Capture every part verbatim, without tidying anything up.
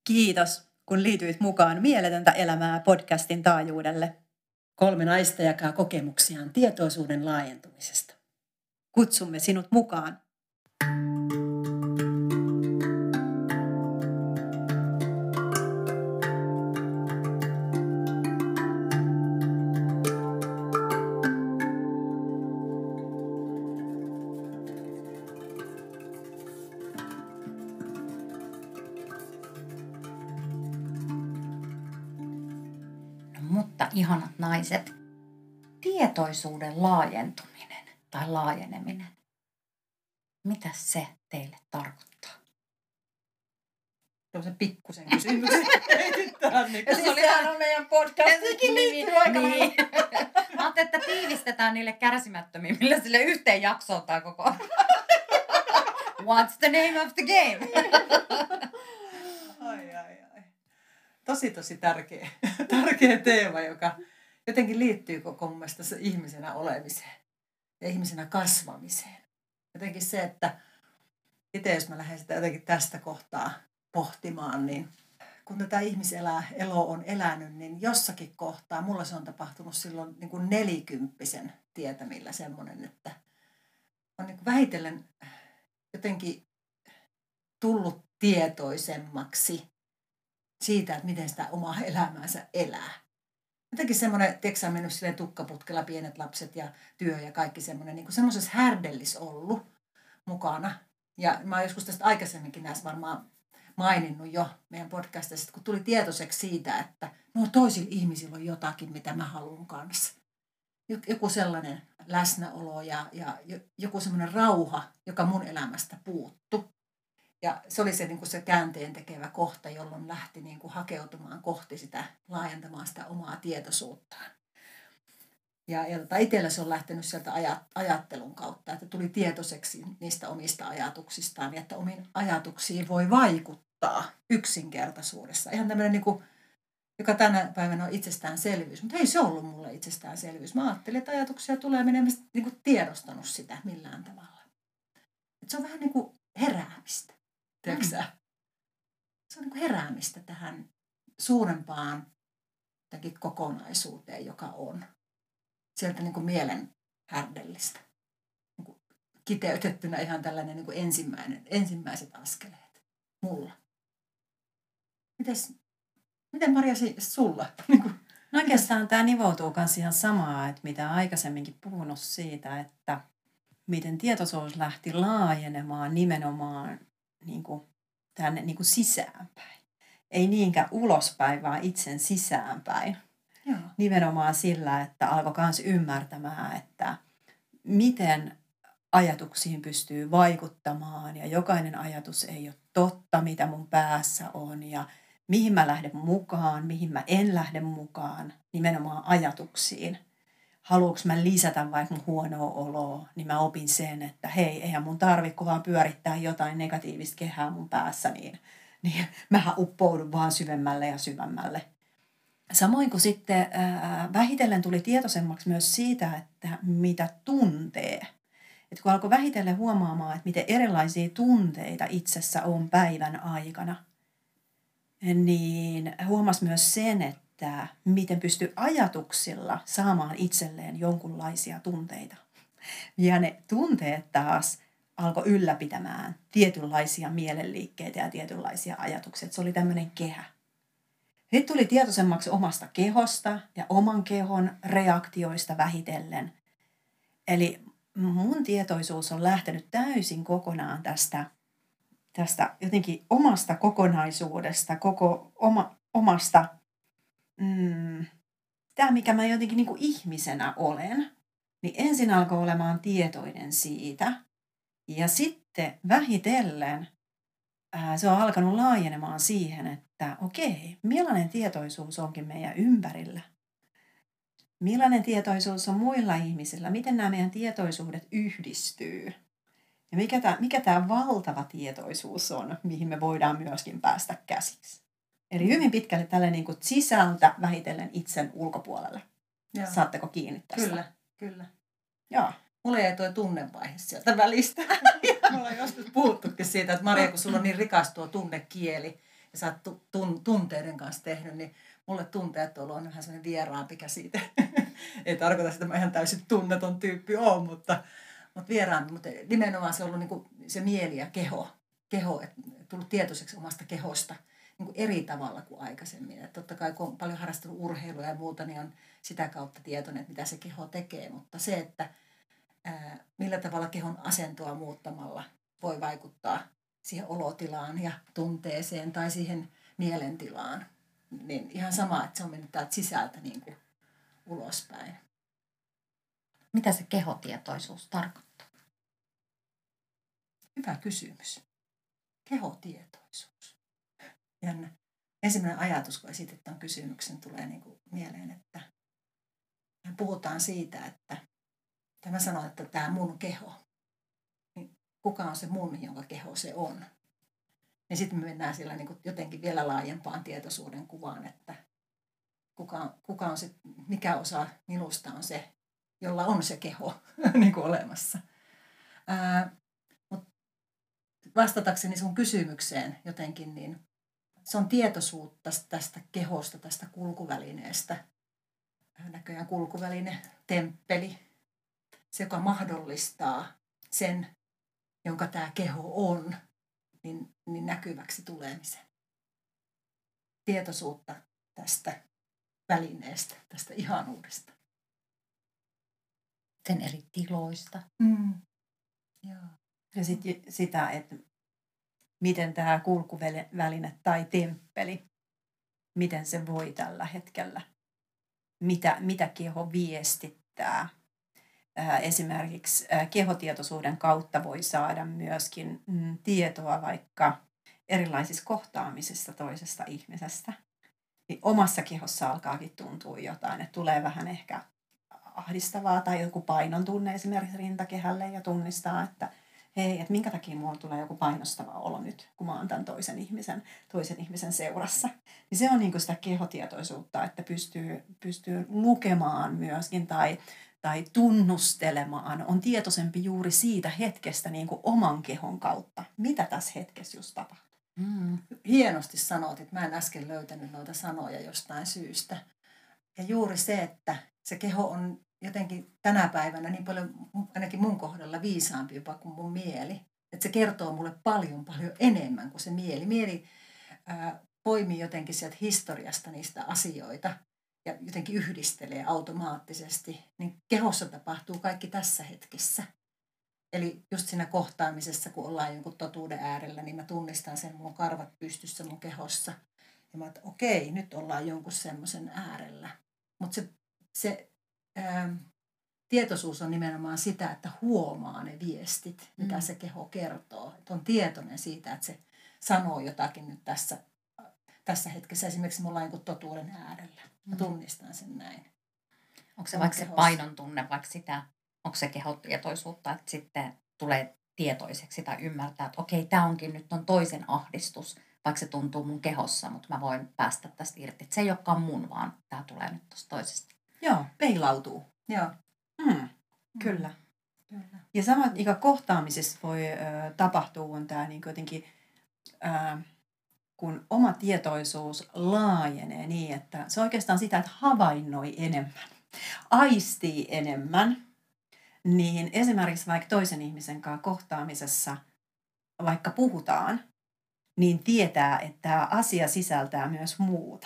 Kiitos, kun liityit mukaan Mieletöntä elämää podcastin taajuudelle. Kolme naista jakaa kokemuksiaan tietoisuuden laajentumisesta. Kutsumme sinut mukaan. Mutta ihanat naiset, tietoisuuden laajentuminen tai laajeneminen, mitä se teille tarkoittaa? Tuollaisen pikkusen kysymyksen. Ja se oli on meidän podcastinkin niin, aika niin. Mä ajattelin, että tiivistetään niille kärsimättömimmille sille yhteen jaksoon tää koko. What's the name of the game? Ai, ai, ai. Tosi, tosi tärkeä, tärkeä teema, joka jotenkin liittyy koko mun mielestä ihmisenä olemiseen ja ihmisenä kasvamiseen. Jotenkin se, että itse jos mä lähden sitä jotenkin tästä kohtaa pohtimaan, niin kun tätä ihmiselää elo on elänyt, niin jossakin kohtaa, mulla se on tapahtunut silloin niin kuin nelikymppisen tietämillä semmoinen, että on niin kuin vähitellen jotenkin tullut tietoisemmaksi siitä, että miten sitä omaa elämäänsä elää. Jotenkin semmoinen, tiedätkö on mennyt silleen tukkaputkella pienet lapset ja työ ja kaikki semmoinen, niin kuin semmoisessa härdellis ollut mukana. Ja mä oon joskus tästä aikaisemminkin näissä varmaan maininnut jo meidän podcastissa, kun tuli tietoiseksi siitä, että no toisilla ihmisillä on jotakin, mitä mä haluan kanssa. Joku sellainen läsnäolo ja, ja joku semmoinen rauha, joka mun elämästä puuttu. Ja se oli se, niin kuin se käänteen tekevä kohta, jolloin lähti niin kuin hakeutumaan kohti sitä, laajentamaan sitä omaa tietoisuuttaan. Ja, ja itsellä se on lähtenyt sieltä ajattelun kautta, että tuli tietoiseksi niistä omista ajatuksistaan ja että omiin ajatuksiin voi vaikuttaa yksinkertaisuudessa. Ihan tämmöinen, niin kuin, joka tänä päivänä on itsestäänselvyys, mutta ei se ollut mulle itsestäänselvyys. Mä ajattelin, että ajatuksia tulee menemään, niin kuin tiedostanut sitä millään tavalla. Että se on vähän niin kuin heräämistä. Mm. Se on niin kuin heräämistä tähän suurempaan kokonaisuuteen, joka on sieltä niin kuin mielen härdellistä. Niin kuin kiteytettynä ihan tällainen niin kuin ensimmäinen, ensimmäiset askeleet mulla. Mites, miten Maria sulla? No oikeastaan tämä nivoutuu myös ihan samaa, että mitä aikaisemminkin puhunut siitä, että miten tietoisuus lähti laajenemaan nimenomaan niin kuin tänne niin kuin sisäänpäin. Ei niinkään ulospäin, vaan itsen sisäänpäin. Joo. Nimenomaan sillä, että alkoi myös ymmärtämään, että miten ajatuksiin pystyy vaikuttamaan ja jokainen ajatus ei ole totta, mitä mun päässä on ja mihin mä lähden mukaan, mihin mä en lähde mukaan, nimenomaan ajatuksiin. Haluanko mä lisätä vaikka mun huonoa oloa, niin mä opin sen, että hei, eihän mun tarvitse, kun vaan pyörittää jotain negatiivista kehää mun päässä, niin, niin mähän uppoudun vaan syvemmälle ja syvemmälle. Samoin kuin sitten ää, vähitellen tuli tietoisemmaksi myös siitä, että mitä tuntee. Että kun alkoi vähitellen huomaamaan, että miten erilaisia tunteita itsessä on päivän aikana, niin huomasi myös sen, että miten pystyy ajatuksilla saamaan itselleen jonkunlaisia tunteita. Ja ne tunteet taas alkoi ylläpitämään tietynlaisia mielenliikkeitä ja tietynlaisia ajatuksia. Että se oli tämmöinen kehä. Nyt tuli tietoisemmaksi omasta kehosta ja oman kehon reaktioista vähitellen. Eli mun tietoisuus on lähtenyt täysin kokonaan tästä, tästä jotenkin omasta kokonaisuudesta, koko oma, omasta, mm, tämä mikä mä jotenkin niin kuin ihmisenä olen, niin ensin alkoi olemaan tietoinen siitä ja sitten vähitellen ää, se on alkanut laajenemaan siihen, että okei, millainen tietoisuus onkin meidän ympärillä? Millainen tietoisuus on muilla ihmisillä? Miten nämä meidän tietoisuudet yhdistyy? Ja mikä tämä, mikä tämä valtava tietoisuus on, mihin me voidaan myöskin päästä käsiksi? Eli hyvin pitkälle tällainen niin kuin sisältä vähitellen itsen ulkopuolelle. Joo. Saatteko kiinni tästä? Kyllä, kyllä. Joo. Mulla jäi tuo tunnevaihe sieltä välistä. Me ollaan joskus puhuttukin siitä, että Maria, kun sulla on niin rikas tuo tunnekieli, ja sä oot tun, tunteiden kanssa tehnyt, niin mulle tunteet on ollut vähän sellainen vieraampi käsite. Ei tarkoita sitä, että mä ihan täysin tunneton tyyppi oon, mutta, mutta vieraampi. Mutta nimenomaan se on ollut niin kuin se mieli ja keho, keho että tullut tietoiseksi omasta kehosta niin kuin eri tavalla kuin aikaisemmin. Että totta kai kun on paljon harrastanut urheilua ja muuta, niin on sitä kautta tietoinen, että mitä se keho tekee. Mutta se, että ää, millä tavalla kehon asentoa muuttamalla voi vaikuttaa siihen olotilaan ja tunteeseen tai siihen mielentilaan, niin ihan sama, että se on mennyt täältä sisältä niin kuin ulospäin. Mitä se kehotietoisuus tarkoittaa? Hyvä kysymys. Kehotietoisuus. Jännä. Ensimmäinen ajatus, kun esitit tämän kysymyksen, tulee niin kuin mieleen, että me puhutaan siitä, että mä sanon, että tämä mun keho, niin kuka on se mun, jonka keho se on? Ja sitten me mennään sillä niin kuin jotenkin vielä laajempaan tietoisuuden kuvaan, että kuka, kuka on se, mikä osa minusta on se, jolla on se keho niin kuin olemassa. Ää, mut vastatakseni sun kysymykseen jotenkin, niin se on tietoisuutta tästä kehosta, tästä kulkuvälineestä. Näköjään kulkuväline, temppeli, se joka mahdollistaa sen, jonka tämä keho on, niin, niin näkyväksi tulemisen. Tietoisuutta tästä välineestä, tästä ihanuudesta. Sen eri tiloista. Mm. Joo. Ja sit, sitä, että miten tämä kulkuväline tai temppeli, miten se voi tällä hetkellä, mitä, mitä keho viestittää. Esimerkiksi kehotietoisuuden kautta voi saada myöskin tietoa vaikka erilaisissa kohtaamisissa toisesta ihmisestä. Niin omassa kehossa alkaakin tuntua jotain, että tulee vähän ehkä ahdistavaa tai joku painon tunne esimerkiksi rintakehälle ja tunnistaa, että hei, että minkä takia mulla tulee joku painostava olo nyt, kun mä oon tämän toisen ihmisen, toisen ihmisen seurassa. Niin se on niin kuin sitä kehotietoisuutta, että pystyy, pystyy lukemaan myöskin tai, tai tunnustelemaan, on tietoisempi juuri siitä hetkestä niin kuin oman kehon kautta. Mitä tässä hetkessä just tapahtuu? Mm. Hienosti sanot, että mä en äsken löytänyt noita sanoja jostain syystä. Ja juuri se, että se keho on jotenkin tänä päivänä niin paljon, ainakin mun kohdalla, viisaampi jopa kuin mun mieli. Että se kertoo mulle paljon, paljon enemmän kuin se mieli. Mieli ää, poimii jotenkin sieltä historiasta niistä asioita ja jotenkin yhdistelee automaattisesti. Niin kehossa tapahtuu kaikki tässä hetkessä. Eli just siinä kohtaamisessa, kun ollaan jonkun totuuden äärellä, niin mä tunnistan sen, mun karvat pystyssä mun kehossa. Ja mä että okei, nyt ollaan jonkun semmoisen äärellä. Mutta se, se ää, tietoisuus on nimenomaan sitä, että huomaa ne viestit, mitä mm. se keho kertoo. Että on tietoinen siitä, että se sanoo jotakin nyt tässä, tässä hetkessä. Esimerkiksi me ollaan jonkun totuuden äärellä. Mä tunnistan sen näin. Onko se vaikka se painon tunne, vaikka sitä, onko se kehotietoisuutta, että sitten tulee tietoiseksi tai ymmärtää, että okei, tämä onkin nyt on toisen ahdistus, vaikka se tuntuu mun kehossa, mutta mä voin päästä tästä irti. Että se ei olekaan mun, vaan tämä tulee nyt tuosta toisesta. Joo, peilautuu. Joo. Mm, kyllä. Mm. Kyllä. Ja sama, mikä kohtaamisessa voi ö, tapahtua, on tämä niin jotenkin, ö, kun oma tietoisuus laajenee niin, että se on oikeastaan sitä, että havainnoi enemmän, aistii enemmän, niin esimerkiksi vaikka toisen ihmisen kanssa kohtaamisessa, vaikka puhutaan, niin tietää, että tämä asia sisältää myös muuta.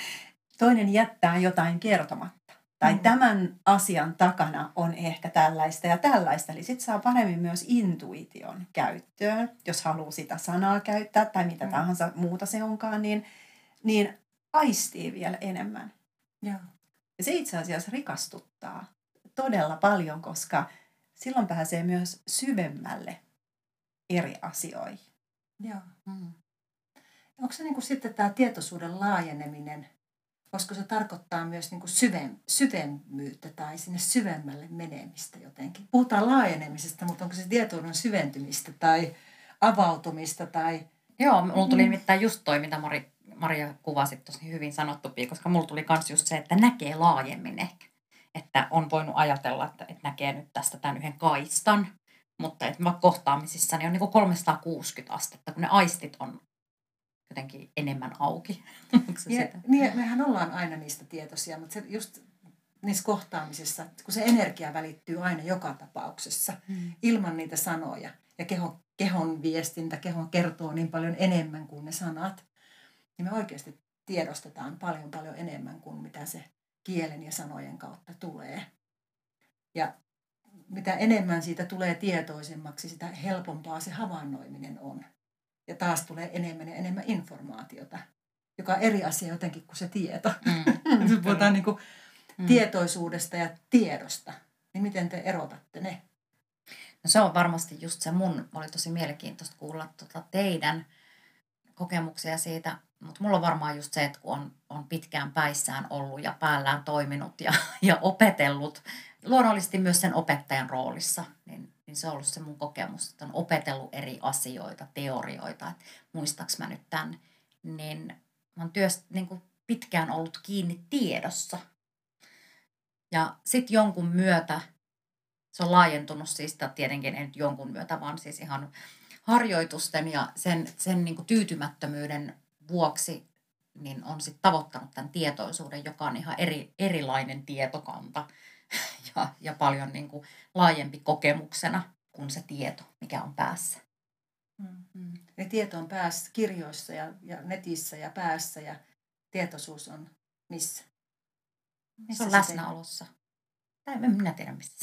Toinen jättää jotain kertomatta. Tai mm. tämän asian takana on ehkä tällaista ja tällaista. Eli sitten saa paremmin myös intuition käyttöön, jos haluaa sitä sanaa käyttää tai mitä mm. tahansa muuta se onkaan, niin, niin aistii vielä enemmän. Joo. Ja se itse asiassa rikastuttaa todella paljon, koska silloin pääsee myös syvemmälle eri asioihin. Joo. Mm. Onko se niin kuin sitten tämä tietoisuuden laajeneminen, koska se tarkoittaa myös niin kuin syvem, syvemmyyttä tai sinne syvemmälle menemistä jotenkin? Puhutaan laajenemisesta, mutta onko se tietouden syventymistä tai avautumista? Tai... Joo, mulla tuli nimittäin just toi, mitä Mari, Maria kuvasi tosi hyvin sanottupi, koska mulla tuli myös just se, että näkee laajemmin ehkä. Että on voinut ajatella, että, että näkee nyt tästä tämän yhden kaistan, mutta että kohtaamisissa niin on niin kuin kolmesataakuusikymmentä astetta, kun ne aistit on jotenkin enemmän auki. Onko se Ja, sitä? niin, mehän ollaan aina niistä tietoisia, mutta se just niissä kohtaamisissa, kun se energia välittyy aina joka tapauksessa mm. ilman niitä sanoja. Ja keho, kehon viestintä, keho kertoo niin paljon enemmän kuin ne sanat. Niin me oikeasti tiedostetaan paljon paljon enemmän kuin mitä se kielen ja sanojen kautta tulee. Ja mitä enemmän siitä tulee tietoisemmaksi, sitä helpompaa se havainnoiminen on. Ja taas tulee enemmän ja enemmän informaatiota, joka on eri asia jotenkin kuin se tieto. Mm. Nyt puhutaan niin kuin mm. tietoisuudesta ja tiedosta. Niin miten te erotatte ne? No se on varmasti just se mun, oli tosi mielenkiintoista kuulla tota teidän kokemuksia siitä, mutta mulla on varmaan just se, että kun on, on pitkään päissään ollut ja päällään toiminut ja, ja opetellut, luonnollisesti myös sen opettajan roolissa, niin, niin se on ollut se mun kokemus, että on opetellut eri asioita, teorioita, että muistaaks mä nyt tämän, niin mä oon työstä niin kuin pitkään ollut kiinni tiedossa. Ja sitten jonkun myötä, se on laajentunut siis tietenkin, ei nyt jonkun myötä, vaan siis ihan harjoitusten ja sen, sen niin kuin tyytymättömyyden vuoksi niin on sitten tavoittanut tämän tietoisuuden, joka on ihan eri, erilainen tietokanta ja, ja paljon niin kuin laajempi kokemuksena kuin se tieto, mikä on päässä. Mm-hmm. Ja tieto on päässä kirjoissa ja, ja netissä ja päässä ja tietoisuus on missä? missä se on läsnäolossa. Tai en minä tiedä missä.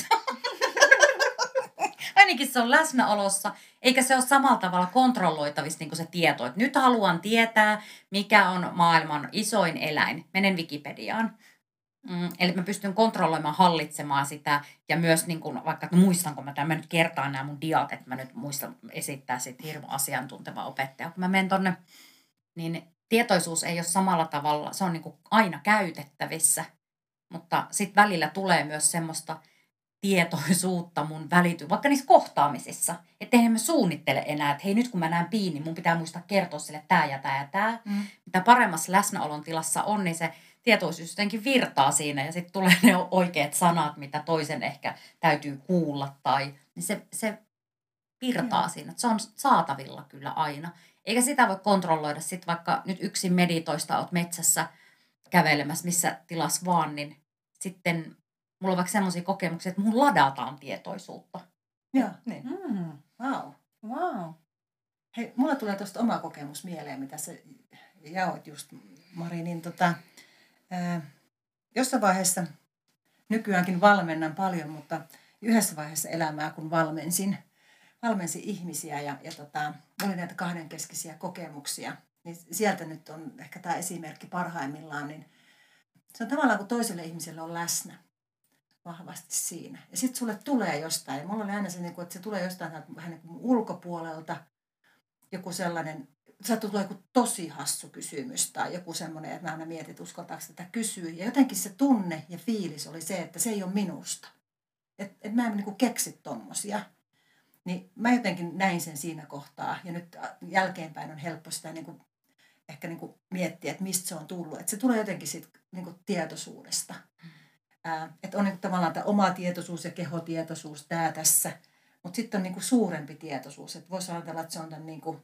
Ainakin se on läsnäolossa, eikä se ole samalla tavalla kontrolloitavissa niin kuin se tieto. Että nyt haluan tietää, mikä on maailman isoin eläin. Menen Wikipediaan. Mm, eli mä pystyn kontrolloimaan, hallitsemaan sitä ja myös niin kuin, vaikka että muistanko mä tämän, mä nyt kertaan nämä mun diat, että mä nyt muistan esittää sit hirmu asiantunteva opettaja. Kun mä menen tonne, niin tietoisuus ei ole samalla tavalla, se on niin kuin aina käytettävissä, mutta sitten välillä tulee myös semmoista tietoisuutta mun välity, vaikka niissä kohtaamisissa. Että eihän mä suunnittele enää, että hei nyt kun mä näen piin, niin mun pitää muistaa kertoa sille tää ja tää ja tää. Mm. Mitä paremmassa läsnäolon tilassa on, niin se tietoisuus jotenkin virtaa siinä ja sitten tulee ne oikeat sanat, mitä toisen ehkä täytyy kuulla tai niin se, se virtaa Joo. siinä. Että se on saatavilla kyllä aina. Eikä sitä voi kontrolloida sitten vaikka nyt yksin meditoista oot metsässä kävelemässä missä tilas vaan, niin sitten mulla on vaikka semmoisia kokemuksia, että mun ladataan tietoisuutta. Joo. Niin. Mm. Wow. Wow. Hei, mulla tulee tuosta oma kokemus mieleen, mitä sä jaoit just, Mari. Niin tota, ää, jossain vaiheessa, nykyäänkin valmennan paljon, mutta yhdessä vaiheessa elämää, kun valmensin, valmensin ihmisiä ja, ja tota, oli näitä kahdenkeskisiä kokemuksia, niin sieltä nyt on ehkä tämä esimerkki parhaimmillaan, niin se on tavallaan, kun toiselle ihmiselle on läsnä vahvasti siinä. Ja sitten sulle tulee jostain, ja mulla oli aina se, että se tulee jostain vähän niin kuin ulkopuolelta, joku sellainen, saattaa tulla joku tosi hassu kysymys tai joku semmoinen, että mä aina mietin, että uskaltaako tätä kysyä. Ja jotenkin se tunne ja fiilis oli se, että se ei ole minusta. Että et mä en niin kuin keksi tommosia. Niin mä jotenkin näin sen siinä kohtaa. Ja nyt jälkeenpäin on helppo sitä niin kuin, ehkä niin kuin miettiä, että mistä se on tullut. Että se tulee jotenkin siitä niin kuin tietoisuudesta. Ää, että on niin kuin tavallaan tämä oma tietoisuus ja kehotietoisuus tämä tässä. Mutta sitten on niin kuin suurempi tietoisuus. Että voisi ajatella, että se on tämän niin kuin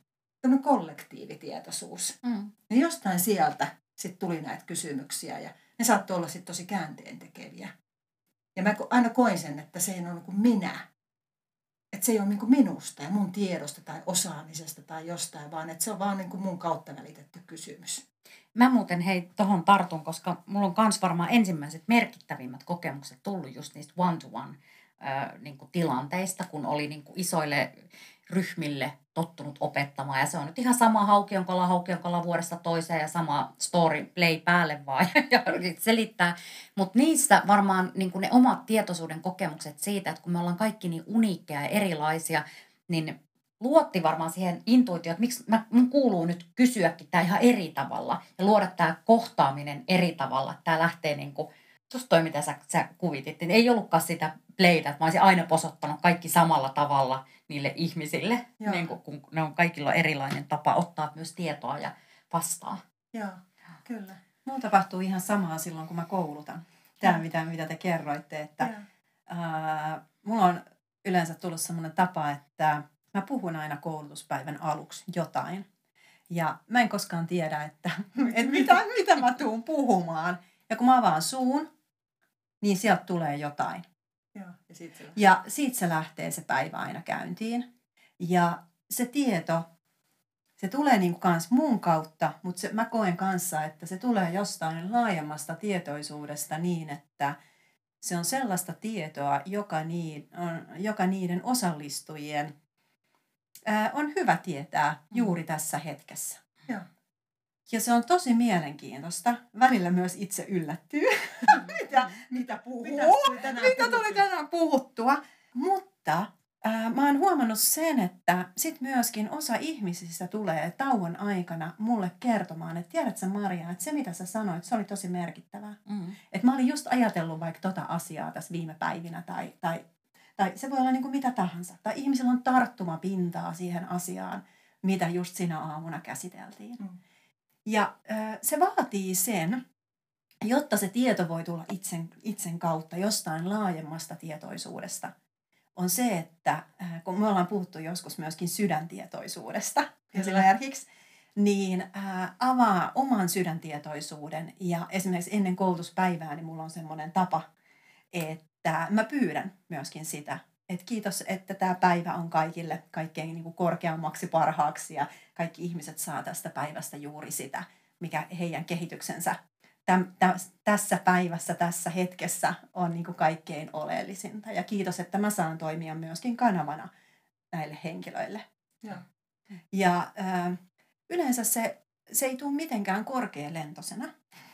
kollektiivitietoisuus. Mm. Ja jostain sieltä sitten tuli näitä kysymyksiä ja ne saattoi olla sitten tosi käänteentekeviä. Ja mä aina koin sen, että se ei ole niin kuin minä. Että se ei ole niin kuin minusta ja mun tiedosta tai osaamisesta tai jostain, vaan että se on vaan niin kuin mun kautta välitetty kysymys. Mä muuten hei tohon tartun, koska mulla on kans varmaan ensimmäiset merkittävimmät kokemukset tullut just niistä one-to-one äh, niin kuin tilanteista, kun oli niin kuin isoille ryhmille tottunut opettamaan. Ja se on nyt ihan sama haukionkola, haukionkola vuodesta toiseen ja sama story play päälle vaan ja selittää. Mutta niissä varmaan niin kuin ne omat tietoisuuden kokemukset siitä, että kun me ollaan kaikki niin uniikkeja ja erilaisia, niin luotti varmaan siihen intuitioon, että miksi mä, mun kuuluu nyt kysyäkin tämä ihan eri tavalla ja luoda tämä kohtaaminen eri tavalla. Tämä lähtee niin kuin, tuosta toi mitä sä, sä kuvitit, niin ei ollutkaan sitä playtä, että mä olisin aina posottanut kaikki samalla tavalla niille ihmisille, niin kuin, kun ne on kaikilla erilainen tapa ottaa myös tietoa ja vastaa. Joo, kyllä. Mulla tapahtuu ihan samaa silloin, kun mä koulutan. Tämä, mitä, mitä te kerroitte, että ää, mulla on yleensä tullut semmoinen tapa, että mä puhun aina koulutuspäivän aluksi jotain. Ja mä en koskaan tiedä, että, että mitä, mitä mä tuun puhumaan. Ja kun mä avaan suun, niin sieltä tulee jotain. Joo, ja siitä se lähtee. Ja siitä se lähtee se päivä aina käyntiin. Ja se tieto, se tulee niin kuin kans mun kautta, mutta se, mä koen kanssa, että se tulee jostain laajemmasta tietoisuudesta niin, että se on sellaista tietoa, joka, niin, on, joka niiden osallistujien ää, on hyvä tietää juuri tässä hetkessä. Joo. Ja se on tosi mielenkiintoista. Välillä myös itse yllättyy, mitä, mitä puhuu, mitä mitä tuli tänään puhuttua. Mutta ää, mä oon huomannut sen, että sit myöskin osa ihmisistä tulee tauon aikana mulle kertomaan, että tiedät sä Maria, että se mitä sä sanoit, se oli tosi merkittävää. Mm. Että mä olin just ajatellut vaikka tota asiaa tässä viime päivinä tai, tai, tai se voi olla niin kuin mitä tahansa. Tai ihmisillä on tarttumapintaa siihen asiaan, mitä just sinä aamuna käsiteltiin. Mm. Ja äh, se vaatii sen, jotta se tieto voi tulla itsen, itsen kautta jostain laajemmasta tietoisuudesta, on se, että äh, kun me ollaan puhuttu joskus myöskin sydäntietoisuudesta esimerkiksi, niin äh, avaa oman sydäntietoisuuden. Ja esimerkiksi ennen koulutuspäivää niin mulla on semmoinen tapa, että mä pyydän myöskin sitä, että kiitos, että tämä päivä on kaikille kaikkein niin kuin korkeammaksi parhaaksi ja kaikki ihmiset saa tästä päivästä juuri sitä, mikä heidän kehityksensä täm, tä, tässä päivässä, tässä hetkessä on niin kuin kaikkein oleellisinta. Ja kiitos, että mä saan toimia myöskin kanavana näille henkilöille. Ja, ja äh, yleensä se, se ei tule mitenkään korkealentoisena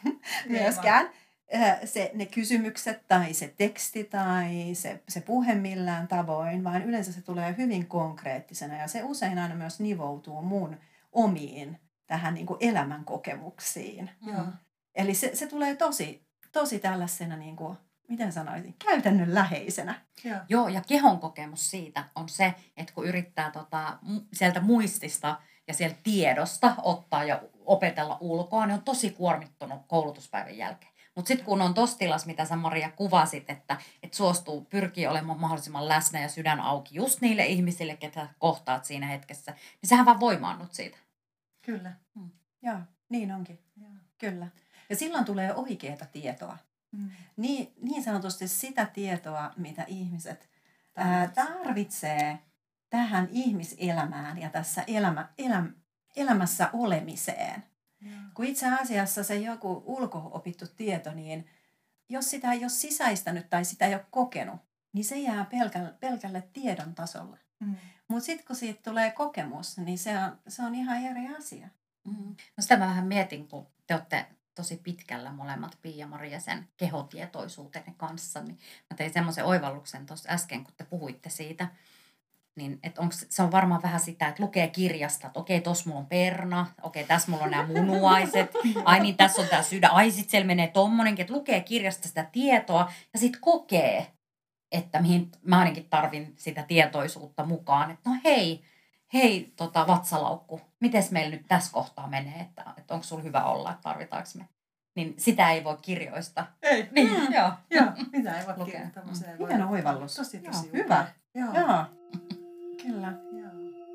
myöskään. Se, ne kysymykset tai se teksti tai se, se puhe millään tavoin, vaan yleensä se tulee hyvin konkreettisena ja se usein aina myös nivoutuu mun omiin tähän niin kuin elämänkokemuksiin. Joo. Eli se, se tulee tosi, tosi tällaisena, niin kuin, miten sanoisin, käytännönläheisenä. Joo. Joo, ja kehon kokemus siitä on se, että kun yrittää tota, sieltä muistista ja sieltä tiedosta ottaa ja opetella ulkoa, niin on tosi kuormittunut koulutuspäivän jälkeen. Mutta sitten kun on tuossa tilassa, mitä sä Maria kuvasit, että et suostuu, pyrkii olemaan mahdollisimman läsnä ja sydän auki just niille ihmisille, ketä kohtaat siinä hetkessä, niin sähän vaan voimaannut siitä. Kyllä. Hmm. Joo, niin onkin. Joo. Kyllä. Ja silloin tulee oikeaa tietoa. Hmm. Niin, niin sanotusti sitä tietoa, mitä ihmiset ää, tarvitsee tähän ihmiselämään ja tässä elämä, eläm, elämässä olemiseen. Ja. Kun itse asiassa se joku ulko-opittu tieto, niin jos sitä ei ole sisäistänyt tai sitä ei ole kokenut, niin se jää pelkälle, pelkälle tiedon tasolle. Mm. Mutta sitten kun siitä tulee kokemus, niin se on, se on ihan eri asia. Mm. No sitä mä vähän mietin, kun te olette tosi pitkällä molemmat Pia-Maria sen kehotietoisuutenne kanssa, niin mä tein semmoisen oivalluksen tuossa äsken, kun te puhuitte siitä, niin että onko, se on varmaan vähän sitä, että lukee kirjasta, että okei, tossa mulla on perna, okei, tässä mulla on nämä munuaiset, ai niin, tässä on tämä sydän, ai sit siellä menee tommonenkin, että lukee kirjasta sitä tietoa ja sitten kokee, että mihin mä ainakin tarvin sitä tietoisuutta mukaan, että no hei, hei tota, vatsalaukku, mites meillä nyt tässä kohtaa menee, että, että onko sulla hyvä olla, että tarvitaanko me, niin sitä ei voi kirjoista. Ei, niin, mm. joo. Joo, mitä ei voi kirjoittaa. Mm. Hieno oivallus. Tosi, tosi joo, hyvä. Joo. Joo. Kyllä. Joo.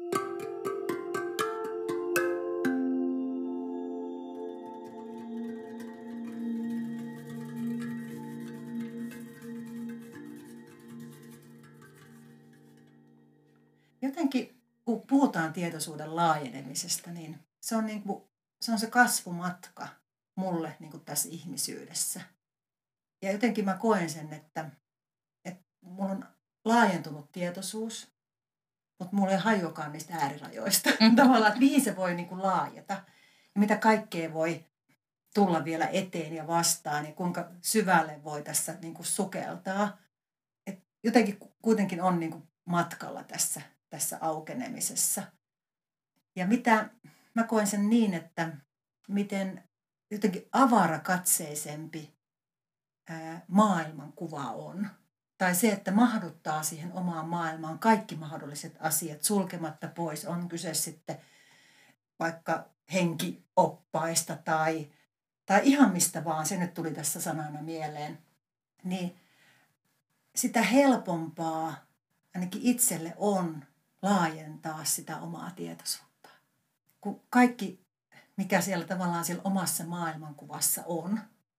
Jotenkin, kun puhutaan tietoisuuden laajenemisesta, niin se on, niin kuin, se, on se kasvumatka mulle niin kuin tässä ihmisyydessä. Ja jotenkin mä koen sen, että, että mulla on laajentunut tietoisuus, mutta mulla ei hajuakaan niistä äärirajoista. Tavallaan, että mihin se voi niin kuin laajeta ja mitä kaikkea voi tulla vielä eteen ja vastaan ja kuinka syvälle voi tässä niin kuin sukeltaa. Et jotenkin kuitenkin on niin kuin matkalla tässä, tässä aukenemisessa. Ja mitä mä koen sen niin, että miten jotenkin avarakatseisempi ää, maailmankuva on. Tai se, että mahduttaa siihen omaan maailmaan kaikki mahdolliset asiat sulkematta pois. On kyse sitten vaikka henkioppaista tai, tai ihan mistä vaan, se nyt tuli tässä sanana mieleen. Niin sitä helpompaa ainakin itselle on laajentaa sitä omaa tietoisuutta. kun kaikki, mikä siellä tavallaan siellä omassa maailmankuvassa on,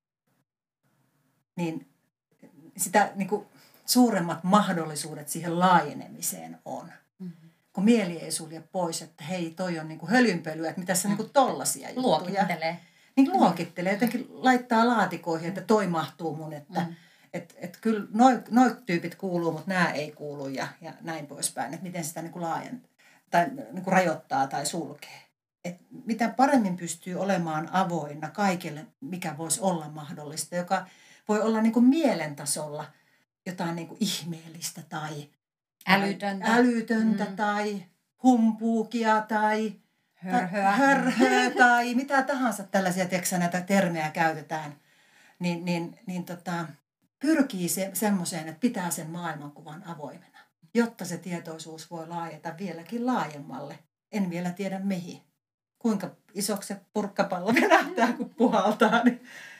niin sitä niin kuin suuremmat mahdollisuudet siihen laajenemiseen on. Mm-hmm. Kun mieli ei sulje pois, että hei, toi on niin kuin hölynpölyä, että mitä sä niin kuin tollasia juttuja. Luokittelee. Niin luokittelee, jotenkin laittaa laatikoihin, että toi mahtuu mun, että mm. et, et kyllä noit noi tyypit kuuluu, mutta nämä ei kuulu ja, ja näin poispäin. Että miten sitä niin kuin laajentaa tai niin kuin rajoittaa tai sulkee. Et mitä paremmin pystyy olemaan avoinna kaikille, mikä voisi olla mahdollista, joka voi olla niin kuin mielentasolla jotain niin kuin ihmeellistä tai älytöntä, älytöntä mm. tai humpuukia tai hörhöä, hörhöä tai mitä tahansa tällaisia, tiedätkö, näitä termejä käytetään, niin, niin, niin tota, pyrkii se, semmoiseen, että pitää sen maailmankuvan avoimena, jotta se tietoisuus voi laajeta vieläkin laajemmalle. En vielä tiedä mihin. Kuinka isoksi se purkkapallo venähtää, kun puhaltaa. Niin,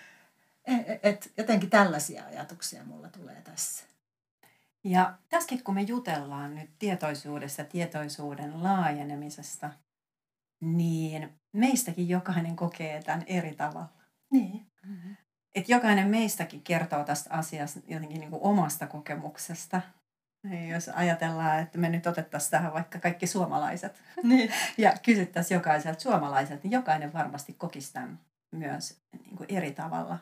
et, et, jotenkin tällaisia ajatuksia mulla tulee tässä. Ja tässäkin kun me jutellaan nyt tietoisuudesta, tietoisuuden laajenemisesta, niin meistäkin jokainen kokee tämän eri tavalla. Niin. Mm-hmm. Että jokainen meistäkin kertoo tästä asiasta jotenkin niin kuin omasta kokemuksesta. Jos ajatellaan, että me nyt otettaisiin tähän vaikka kaikki suomalaiset niin. ja kysyttäisiin jokaiselta suomalaiselta, niin jokainen varmasti kokisi tämän myös niin kuin eri tavalla.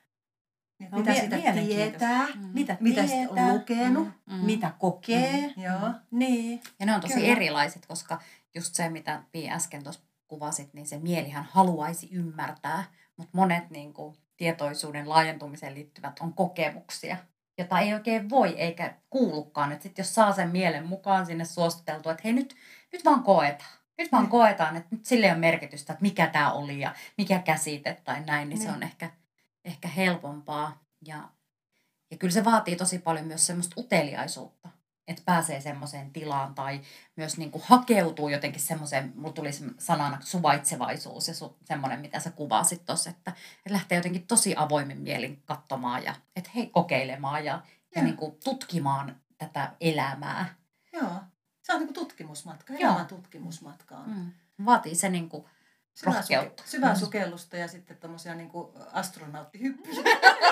No, mitä sitä tietää, mm. mitä, mitä tietää, on lukenut, mm. mitä kokee. Mm. Joo. Niin. Ja ne on tosi Kyllä. erilaiset, koska just se, mitä Pii äsken tuossa kuvasit, niin se mielihän haluaisi ymmärtää, mutta monet niin kuin, tietoisuuden laajentumiseen liittyvät on kokemuksia, jota ei oikein voi eikä kuulukaan. Että sit jos saa sen mielen mukaan sinne suositeltua, että hei nyt, nyt vaan koetaan. Nyt vaan mm. koetaan, että nyt sille ei ole merkitystä, että mikä tämä oli ja mikä käsite tai näin, niin mm. se on ehkä, ehkä helpompaa. Ja, ja kyllä se vaatii tosi paljon myös semmoista uteliaisuutta, että pääsee semmoiseen tilaan tai myös niin kuin hakeutuu jotenkin semmoiseen, mulla tuli sanana suvaitsevaisuus ja su, semmoinen, mitä sä kuvasit tuossa, että, että lähtee jotenkin tosi avoimin mielin katsomaan ja että hei, kokeilemaan ja, ja. ja niin kuin tutkimaan tätä elämää. Joo, se on niin kuin tutkimusmatka, elämän tutkimusmatka on. Mm. Vaatii se niin kuin rohkeutta. Syvää sukellusta ja sitten tommosia niin kuin astronauttihyppyjä.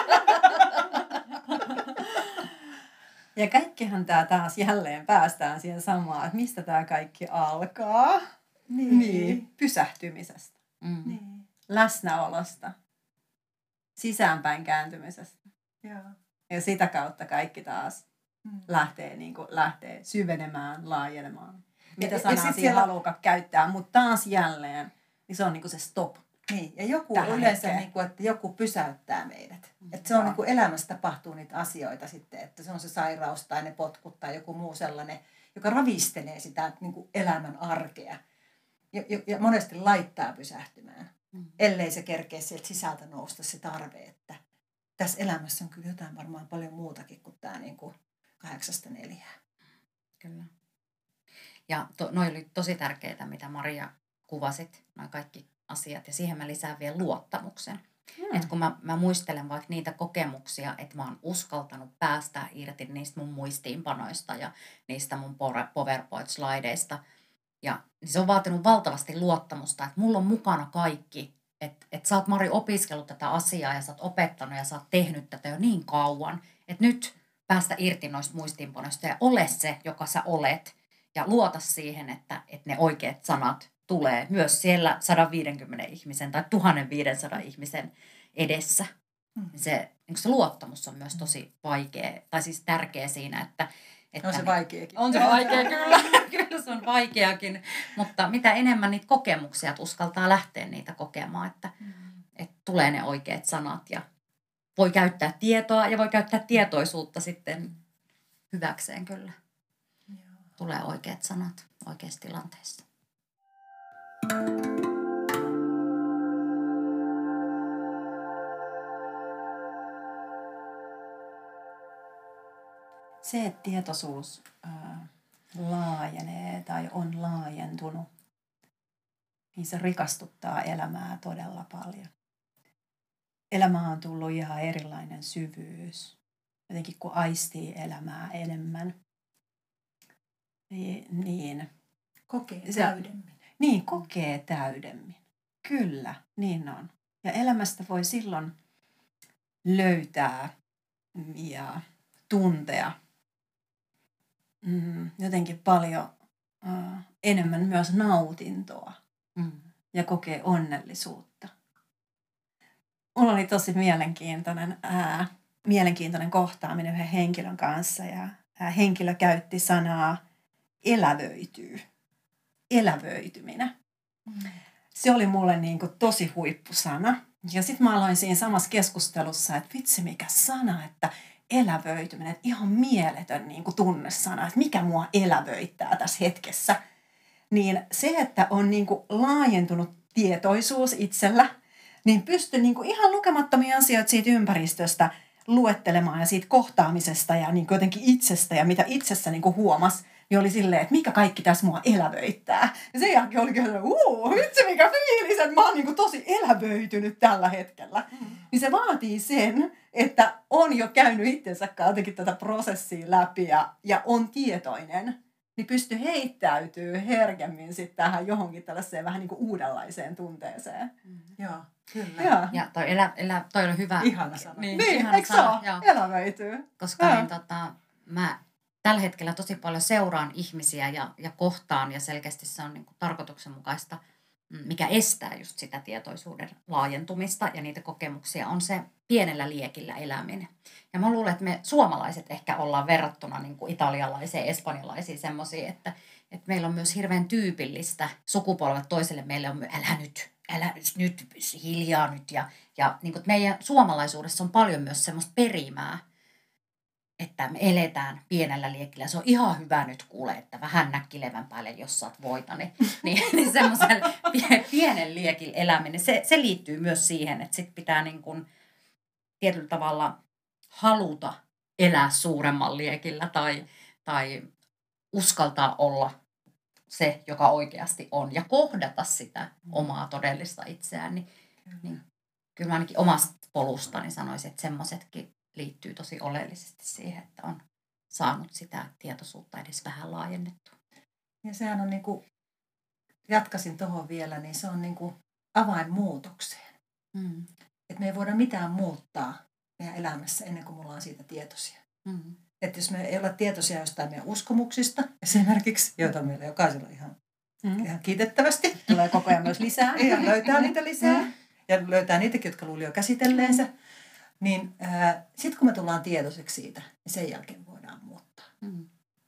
Ja kaikkihan tämä taas jälleen päästään siihen samaan, että mistä tämä kaikki alkaa. Niin. niin. Pysähtymisestä. Mm. Niin. Läsnäolosta. Sisäänpäin kääntymisestä. Joo. Ja sitä kautta kaikki taas mm. lähtee, niin kuin, lähtee syvenemään, laajenemaan. Mitä ja, sanaa ja siinä siellä haluukaan käyttää, mutta taas jälleen, niin se on niin kuin se stop. Niin, ja joku Tähän yleensä, niin kuin, että joku pysäyttää meidät. Mm. Että se on niin kuin elämässä tapahtuu niitä asioita sitten, että se on se sairaus tai ne potkut tai joku muu sellainen, joka ravistelee sitä niin kuin elämän arkea. Ja, ja, ja monesti laittaa pysähtymään, mm. ellei se kerkeä sieltä sisältä nousta se tarve, että tässä elämässä on kyllä jotain varmaan paljon muutakin kuin tämä niin kuin kahdeksasta neljään. Kyllä. Ja to, noi oli tosi tärkeitä, mitä Maria kuvasit, noi kaikki asiat. Ja siihen mä lisään vielä luottamuksen. Hmm. Että kun mä, mä muistelen vaikka niitä kokemuksia, että mä oon uskaltanut päästää irti niistä mun muistiinpanoista ja niistä mun PowerPoint-slideista. Ja niin se on vaatinut valtavasti luottamusta, että mulla on mukana kaikki. Että et sä oot, Mari, opiskellut tätä asiaa ja sä oot opettanut ja sä oot tehnyt tätä jo niin kauan. Että nyt päästä irti noista muistiinpanoista ja ole se, joka sä olet. Ja luota siihen, että, että ne oikeat sanat tulee myös siellä sata viisikymmentä ihmisen tai tuhat viisisataa ihmisen edessä. Mm. Se, niin se luottamus on myös tosi vaikea, tai siis tärkeä siinä, että... että on se vaikeakin. On se vaikea, kyllä. Kyllä se on vaikeakin. Mutta mitä enemmän niitä kokemuksia, että uskaltaa lähteä niitä kokemaan, että, mm. että tulee ne oikeat sanat ja voi käyttää tietoa ja voi käyttää tietoisuutta sitten hyväkseen kyllä. Joo. Tulee oikeat sanat oikeassa tilanteessa. Se, että tietoisuus ää, laajenee tai on laajentunut, niin se rikastuttaa elämää todella paljon. Elämä on tullut ihan erilainen syvyys. Jotenkin kun aistii elämää enemmän, niin... niin kokee se, täydemmin. Niin, kokee täydemmin. Kyllä, niin on. Ja elämästä voi silloin löytää ja tuntea mm, jotenkin paljon uh, enemmän myös nautintoa Mm. ja kokee onnellisuutta. Mulla oli tosi mielenkiintoinen, ää, mielenkiintoinen kohtaaminen yhden henkilön kanssa ja ää, henkilö käytti sanaa elävöityy, elävöityminen. Mm. Se oli mulle niin kuin tosi huippusana. Ja sitten mä aloin siinä samassa keskustelussa, että vitsi mikä sana, että elävöityminen, että ihan mieletön niin kuin tunnesana, että mikä mua elävöittää tässä hetkessä. Niin se, että on niin kuin laajentunut tietoisuus itsellä, niin pystyn niin kuin ihan lukemattomia asioita siitä ympäristöstä luettelemaan ja siitä kohtaamisesta ja niin kuin jotenkin itsestä ja mitä itsessä niin kuin huomasi. Niin oli silleen, että mikä kaikki tässä mua elävöittää. Ja sen jälkeen olikin että uuu, vitsi mikä fiilis, että mä oon niin kuin tosi elävöitynyt tällä hetkellä. Mm. Niin se vaatii sen, että on jo käynyt itsensä jotenkin tätä prosessia läpi ja, ja on tietoinen. Niin pystyy heittäytyy herkemmin sitten tähän johonkin tällaiseen vähän niin kuin uudenlaiseen tunteeseen. Mm. Joo, kyllä. Ja, Ja toi, elä, elä, toi on hyvä. Ihana sana. Niin, niin ihana eikö se sana, ole? joo. Elävöityy. Koska Joo. niin, tota, mä tällä hetkellä tosi paljon seuraan ihmisiä ja, ja kohtaan ja selkeästi se on niin kuin tarkoituksenmukaista, mikä estää just sitä tietoisuuden laajentumista ja niitä kokemuksia, on se pienellä liekillä eläminen. Ja mä luulen, että me suomalaiset ehkä ollaan verrattuna niin kuin italialaisiin, espanjalaisiin semmoisiin, että, että meillä on myös hirveän tyypillistä sukupolvet toiselle. Meille on älä nyt, älä nyt, hiljaa nyt. Ja, ja niin kuin, meidän suomalaisuudessa on paljon myös semmoista perimää, että me eletään pienellä liekillä. Se on ihan hyvä nyt kuule, että vähän näkkilevän päälle, jos saat voita. Niin, niin, niin semmoisen pienen liekin eläminen, se, se liittyy myös siihen, että sit pitää niin kuin tietyllä tavalla haluta elää suuremman liekillä tai, tai uskaltaa olla se, joka oikeasti on ja kohdata sitä omaa todellista itseään. Niin, niin kyllä ainakin omasta polustani sanoisin, että semmoisetkin liittyy tosi oleellisesti siihen, että on saanut sitä tietoisuutta edes vähän laajennettua. Ja sehän on niin kuin, jatkasin tuohon vielä, niin se on niin kuin avain muutokseen. Mm. Että me ei voida mitään muuttaa meidän elämässä ennen kuin me ollaan siitä tietoisia. Mm. Että jos me ei olla tietoisia jostain meidän uskomuksista, esimerkiksi, joita meillä jokaisella ihan, Mm. ihan kiitettävästi. Tulee koko ajan myös lisää. Ja löytää niitä lisää. Mm. Ja löytää niitäkin, jotka luuli jo käsitelleensä. Niin äh, sitten kun me tullaan tietoiseksi siitä, niin sen jälkeen voidaan muuttaa. Mm.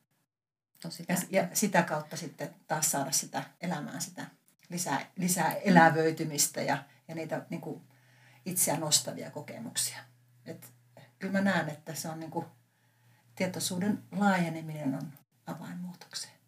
Tosi Ja, ja sitä kautta sitten taas saada sitä elämään sitä lisää, lisää elävöitymistä ja, ja niitä niin kuin itseä nostavia kokemuksia. Et kyllä mä näen, että se on niin kuin, tietoisuuden laajeneminen on avain muutokseen.